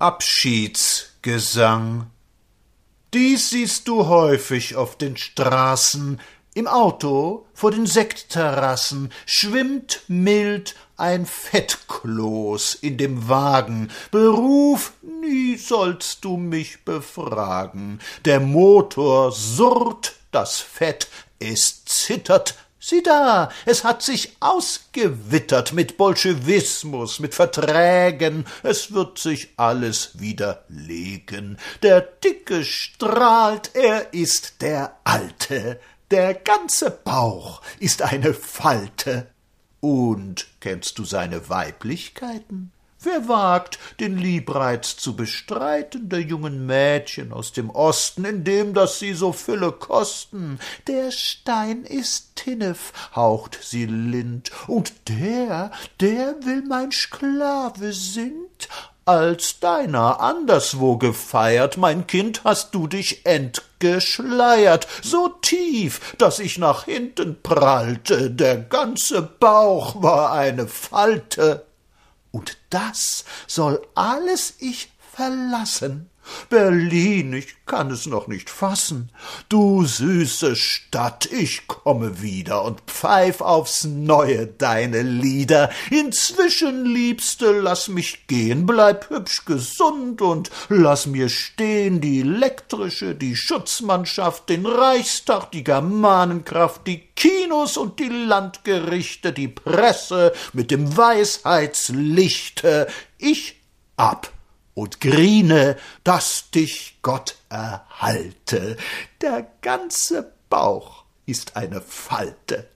Abschiedsgesang. Dies siehst du häufig auf den Straßen, im Auto, vor den Sektterrassen, schwimmt mild ein Fettkloß in dem Wagen. Beruf, nie sollst du mich befragen. Der Motor surrt, das Fett, es zittert. Sieh da, es hat sich ausgewittert mit Bolschewismus, mit Verträgen, es wird sich alles widerlegen. Der Dicke strahlt, er ist der Alte, der ganze Bauch ist eine Falte. Und kennst du seine Weiblichkeiten? Wer wagt, den Liebreiz zu bestreiten, der jungen Mädchen aus dem Osten, indem dass sie so Fülle kosten? Der Stein ist Tinnef, haucht sie lind, und der will mein Sklave sind. Als deiner anderswo gefeiert, mein Kind, hast du dich entgeschleiert, so tief, daß ich nach hinten prallte, der ganze Bauch war eine Falte. Und das soll alles ich verlassen? Berlin, ich kann es noch nicht fassen. Du süße Stadt, ich komme wieder und pfeif aufs Neue deine Lieder. Inzwischen, Liebste, lass mich gehen, bleib hübsch gesund und lass mir stehen die elektrische, die Schutzmannschaft, den Reichstag, die Germanenkraft, die Kinos und die Landgerichte, die Presse mit dem Weisheitslichte. Ich ab und griene, dass dich Gott erhalte. Der ganze Bauch ist eine Falte.